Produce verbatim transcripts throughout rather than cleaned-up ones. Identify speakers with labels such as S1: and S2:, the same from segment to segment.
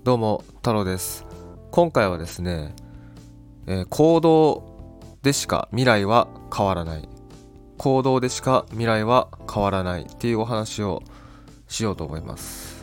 S1: どうも太郎です。今回はですね、えー行動でしか未来は変わらない行動でしか未来は変わらないっていうお話をしようと思います。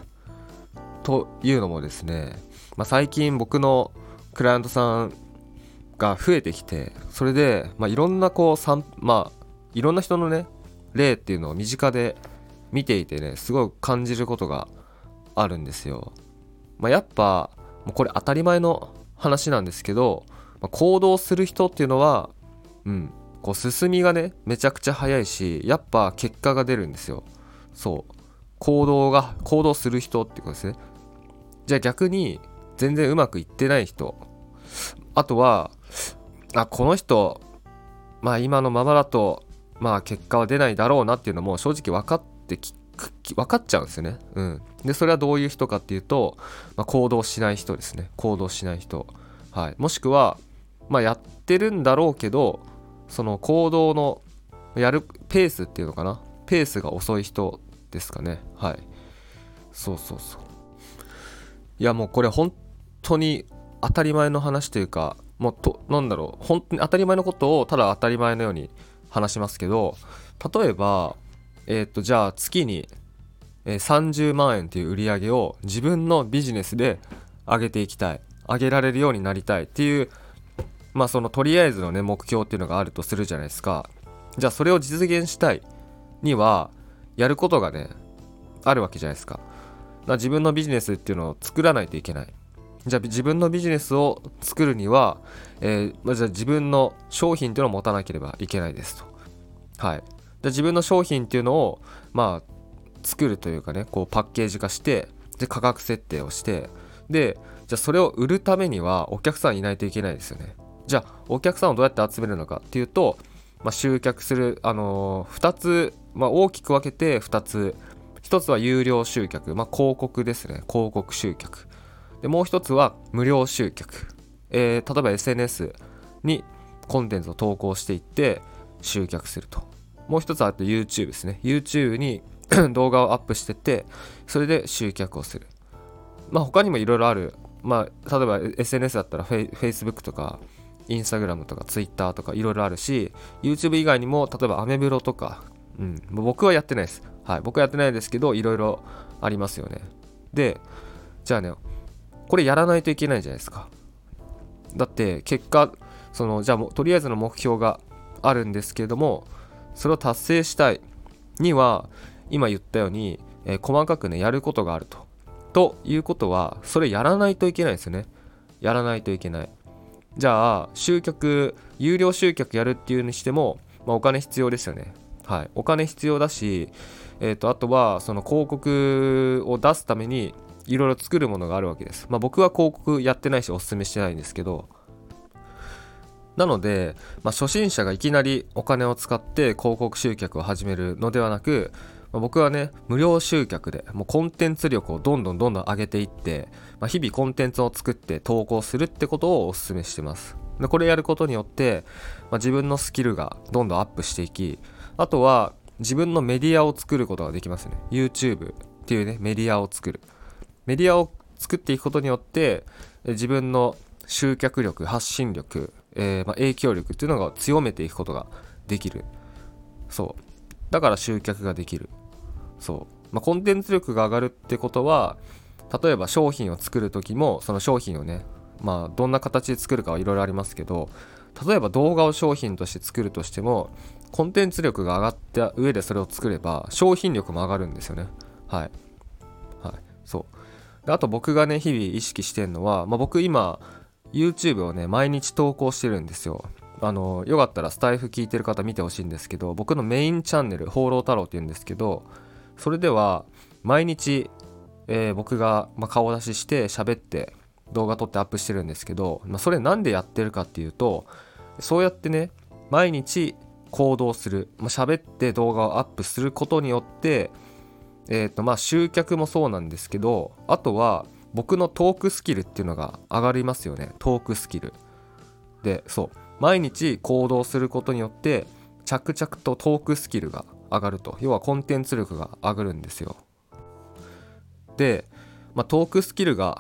S1: というのもですね、まあ、最近僕のクライアントさんが増えてきて、それで、まあ、いろんなこうさんまあいろんな人のね例っていうのを身近で見ていてね、すごい感じることがあるんですよ。まあ、やっぱもうこれ当たり前の話なんですけど、まあ、行動する人っていうのは、うん、こう進みがねめちゃくちゃ早いし、やっぱ結果が出るんですよ。そう行動が行動する人っていうことですね。じゃあ逆に全然うまくいってない人、あとはあこの人まあ今のままだとまあ結果は出ないだろうなっていうのも正直分かってき分かっちゃうんですよね。うん。でそれはどういう人かっていうと、まあ、行動しない人ですね。行動しない人、はい、もしくはまあやってるんだろうけど、その行動のやるペースっていうのかな、ペースが遅い人ですかね。はい、そうそうそう。いやもうこれ本当に当たり前の話というか、もうとなんだろう、本当に当たり前のことをただ当たり前のように話しますけど、例えばえっとじゃあ月にえーさんじゅうまん円という売り上げを自分のビジネスで上げていきたい、上げられるようになりたいっていう、まあそのとりあえずのね目標っていうのがあるとするじゃないですか。じゃあそれを実現したいにはやることがねあるわけじゃないですか。だから自分のビジネスっていうのを作らないといけない。じゃあ自分のビジネスを作るには、えーまあ、じゃあ自分の商品っていうのを持たなければいけないですと。はい。で自分の商品っていうのをまあ作るというかね、こうパッケージ化して、で価格設定をして、でじゃあそれを売るためにはお客さんいないといけないですよね。じゃあお客さんをどうやって集めるのかっていうと、まあ、集客する、あのー、ふたつ、まあ、大きく分けてふたつ。ひとつは有料集客、まあ、広告ですね。広告集客で、もう一つは無料集客、えー、例えば エスエヌエス にコンテンツを投稿していって集客すると。もう一つはあと YouTube ですね。 YouTube に動画をアップしてってそれで集客をする。まあ他にもいろいろある。まあ例えば エスエヌエス だったら Facebook とか Instagram とか Twitter とかいろいろあるし、 YouTube 以外にも例えばアメブロとか、うん、僕はやってないです。はい、僕はやってないですけどいろいろありますよね。でじゃあね、これやらないといけないじゃないですか。だって結果、そのじゃあもうとりあえずの目標があるんですけれども、それを達成したいには今言ったように、えー細かくねやることがあると。ということはそれやらないといけないですよね。やらないといけない。じゃあ集客、有料集客やるっていうにしても、まあ、お金必要ですよね。はい、お金必要だし、えーとあとはその広告を出すためにいろいろ作るものがあるわけです。まあ僕は広告やってないしおすすめしてないんですけど、なので、まあ、初心者がいきなりお金を使って広告集客を始めるのではなく、まあ、僕はね無料集客でもうコンテンツ力をどんどんどんどん上げていって、まあ、日々コンテンツを作って投稿するってことをお勧めしてます。でこれやることによって、まあ、自分のスキルがどんどんアップしていき、あとは自分のメディアを作ることができますね。 YouTube っていうねメディアを作るメディアを作っていくことによって自分の集客力、発信力、えーまあ、影響力っていうのが強めていくことができる。そうだから集客ができる。そう、まあ、コンテンツ力が上がるってことは、例えば商品を作る時もその商品をね、まあどんな形で作るかはいろいろありますけど、例えば動画を商品として作るとしてもコンテンツ力が上がった上でそれを作れば商品力も上がるんですよね。はい、はい、そうで、あと僕がね日々意識してるのは、まあ、僕今 YouTube をね毎日投稿してるんですよ。あのよかったらスタイフ聞いてる方見てほしいんですけど、僕のメインチャンネル放浪太郎っていうんですけど、それでは毎日、えー僕が、まあ、顔出しして喋って動画撮ってアップしてるんですけど、まあ、それなんでやってるかっていうと、そうやってね毎日行動する、まあ、喋って動画をアップすることによって、えーとまあ集客もそうなんですけど、あとは僕のトークスキルっていうのが上がりますよね。トークスキルで、そう毎日行動することによって着々とトークスキルが上がると。要はコンテンツ力が上がるんですよ。で、まあ、トークスキルが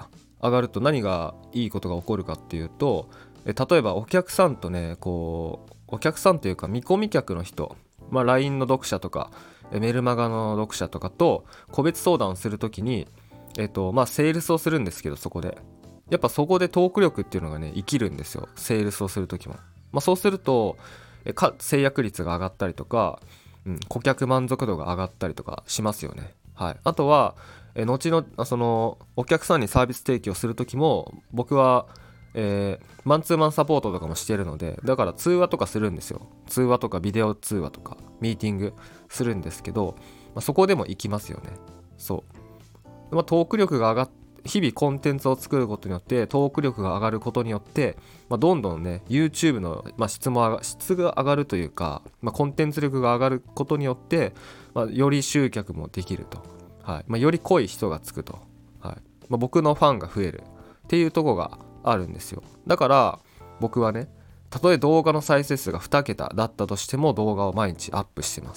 S1: 上がると何がいいことが起こるかっていうと、え例えばお客さんとねこうお客さんというか見込み客の人、まあ、ライン の読者とかメルマガの読者とかと個別相談をするときに、えっとまあ、セールスをするんですけど、そこでやっぱそこでトーク力っていうのがね生きるんですよ、セールスをするときも。まあ、そうするとえか制約率が上がったりとか、うん、顧客満足度が上がったりとかしますよね。はい、あとはえ後のそのお客さんにサービス提供するときも僕はえー、マンツーマンサポートとかもしてるので、だから通話とかするんですよ。通話とかビデオ通話とかミーティングするんですけど、まあ、そこでも行きますよね。そう、まあ、トーク力が上がっ日々コンテンツを作ることによってトーク力が上がることによって、まあ、どんどんね YouTube の、まあ、質も上が質が上がるというか、まあ、コンテンツ力が上がることによって、まあ、より集客もできると、はいまあ、より濃い人がつくと、はいまあ、僕のファンが増えるっていうところがあるんですよ。だから僕はね、たとえ動画の再生数がにけただったとしても動画を毎日アップしてます。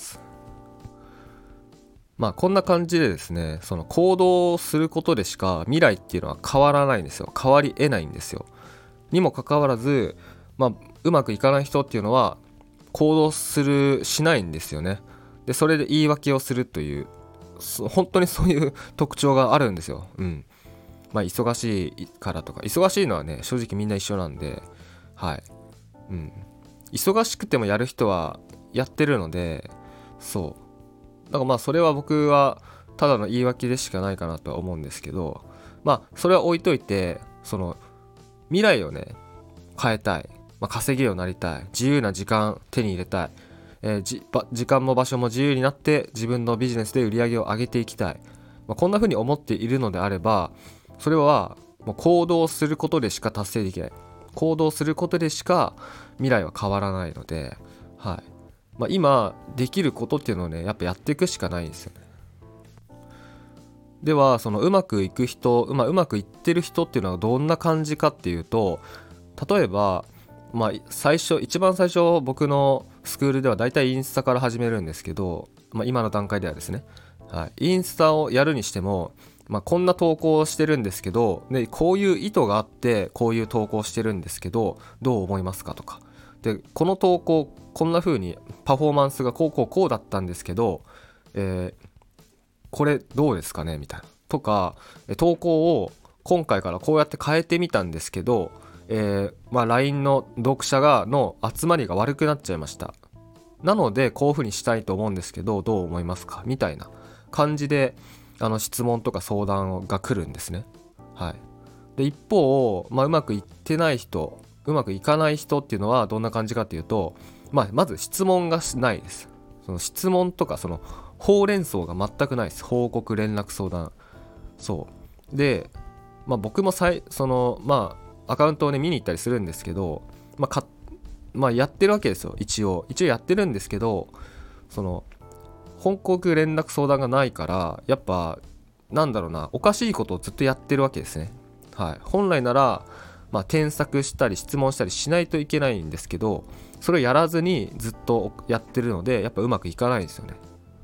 S1: まあこんな感じでですね、その行動することでしか未来っていうのは変わらないんですよ。変わり得ないんですよ。にもかかわらず、まあ、うまくいかない人っていうのは行動するしないんですよね。でそれで言い訳をするという、本当にそういう特徴があるんですよ。うんまあ、忙しいからとか、忙しいのはね正直みんな一緒なんで、はい、うん、忙しくてもやる人はやってるので、そうだからまあそれは僕はただの言い訳でしかないかなとは思うんですけど、まあそれは置いといて、その未来をね変えたい、まあ、稼げるようになりたい、自由な時間手に入れたい、えー、じ時間も場所も自由になって自分のビジネスで売り上げを上げていきたい、まあ、こんな風に思っているのであれば、それはもう行動することでしか達成できない、行動することでしか未来は変わらないので、はいまあ、今できることっていうのをねやっぱやっていくしかないんですよね。ではそのうまくいく人、うまうまくいってる人っていうのはどんな感じかっていうと、例えばまあ最初一番最初僕のスクールではだいたいインスタから始めるんですけど、まあ、今の段階ではですね、はい、インスタをやるにしてもまあ、こんな投稿をしてるんですけど、でこういう意図があってこういう投稿をしてるんですけどどう思いますかとか、でこの投稿こんな風にパフォーマンスがこうこうこうだったんですけど、えー、これどうですかねみたいなとか、投稿を今回からこうやって変えてみたんですけど、えーまあ、ライン の読者がの集まりが悪くなっちゃいました、なのでこういう風にしたいと思うんですけどどう思いますかみたいな感じであの質問とか相談が来るんですね。はい、で一方、まあ、うまくいってない人、うまくいかない人っていうのはどんな感じかっていうと、まあ、まず質問がないです。その質問とかそのほうれん草が全くないです。報告連絡相談、そうで、まあ、僕もさいそのまあアカウントをね見に行ったりするんですけど、まあかまあ、やってるわけですよ。一応一応やってるんですけど、その報告連絡相談がないから、やっぱなんだろうな、おかしいことをずっとやってるわけですね。はい、本来なら、まあ、添削したり質問したりしないといけないんですけど、それをやらずにずっとやってるのでやっぱうまくいかないんですよね。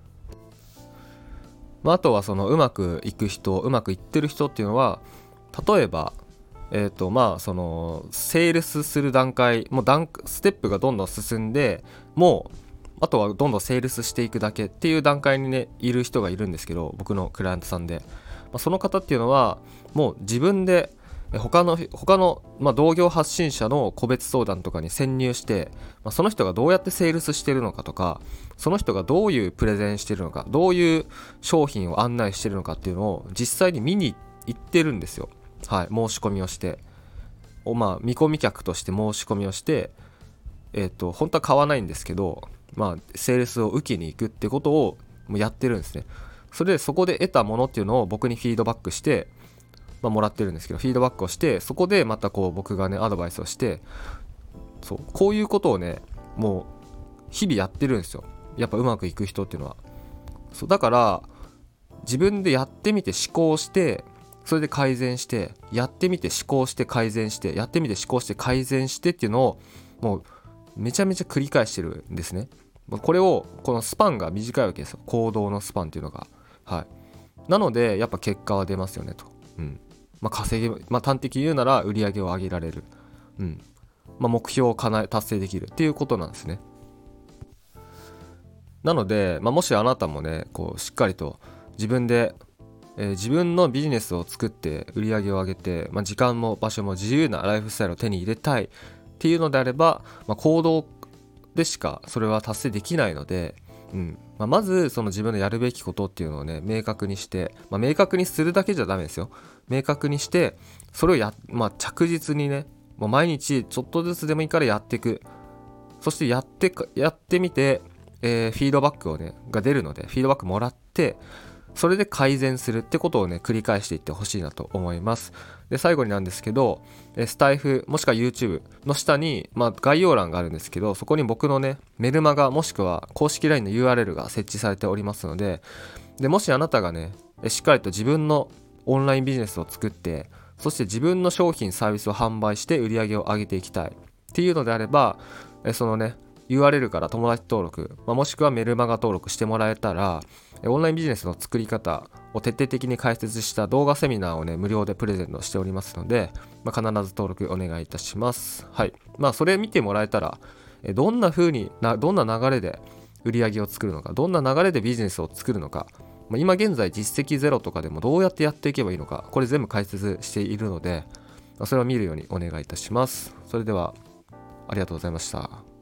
S1: まあ、あとはそのうまくいく人、うまくいってる人っていうのは、例えばえーとまあそのセールスする段階、もう段ステップがどんどん進んで、もうあとはどんどんセールスしていくだけっていう段階にねいる人がいるんですけど、僕のクライアントさんで、まあ、その方っていうのはもう自分で他の他の、まあ、同業発信者の個別相談とかに潜入して、まあ、その人がどうやってセールスしてるのかとか、その人がどういうプレゼンしてるのか、どういう商品を案内してるのかっていうのを実際に見に行ってるんですよ。はい、申し込みをしてお、まあ、見込み客として申し込みをして、えーと、本当は買わないんですけど、まあ、セールスを受けに行くってことをもうやってるんですね。それでそこで得たものっていうのを僕にフィードバックして、まあ、もらってるんですけど、フィードバックをして、そこでまたこう僕がねアドバイスをして、そうこういうことをねもう日々やってるんですよ。やっぱうまくいく人っていうのは。そうだから自分でやってみて試行して、それで改善して、やってみて試行して改善して、やってみて試行して改善してっていうのをもうめちゃめちゃ繰り返してるんですね。これをこのスパンが短いわけですよ、行動のスパンっていうのが。はい、なのでやっぱ結果は出ますよねと。うんまあ、稼げ、まあ、端的に言うなら売り上げを上げられる、うんまあ、目標を叶え達成できるっていうことなんですね。なので、まあ、もしあなたもねこうしっかりと自分で、えー自分のビジネスを作って売り上げを上げて、まあ、時間も場所も自由なライフスタイルを手に入れたいっていうのであれば、まあ、行動でしかそれは達成できないので、うんまあ、まずその自分のやるべきことっていうのをね明確にして、まあ、明確にするだけじゃダメですよ。明確にしてそれをや、まあ、着実にねもう毎日ちょっとずつでもいいからやっていく。そしてやってかやってみて、えーフィードバックをねが出るのでフィードバックもらってそれで改善するってことをね繰り返していってほしいなと思います。で最後になんですけど、えスタイフもしくは YouTube の下に、まあ、概要欄があるんですけど、そこに僕のねメルマガもしくは公式 ライン の ユーアールエル が設置されておりますので、でもしあなたがねえしっかりと自分のオンラインビジネスを作って、そして自分の商品サービスを販売して売り上げを上げていきたいっていうのであれば、えそのね ユーアールエル から友達登録、まあ、もしくはメルマガ登録してもらえたら、オンラインビジネスの作り方を徹底的に解説した動画セミナーをね無料でプレゼントしておりますので、まあ、必ず登録お願いいたします。はい。まあそれ見てもらえたら、えどんな風になどんな流れで売り上げを作るのか、どんな流れでビジネスを作るのか、まあ、今現在実績ゼロとかでもどうやってやっていけばいいのか、これ全部解説しているので、まあそれを見るようにお願いいたします。それではありがとうございました。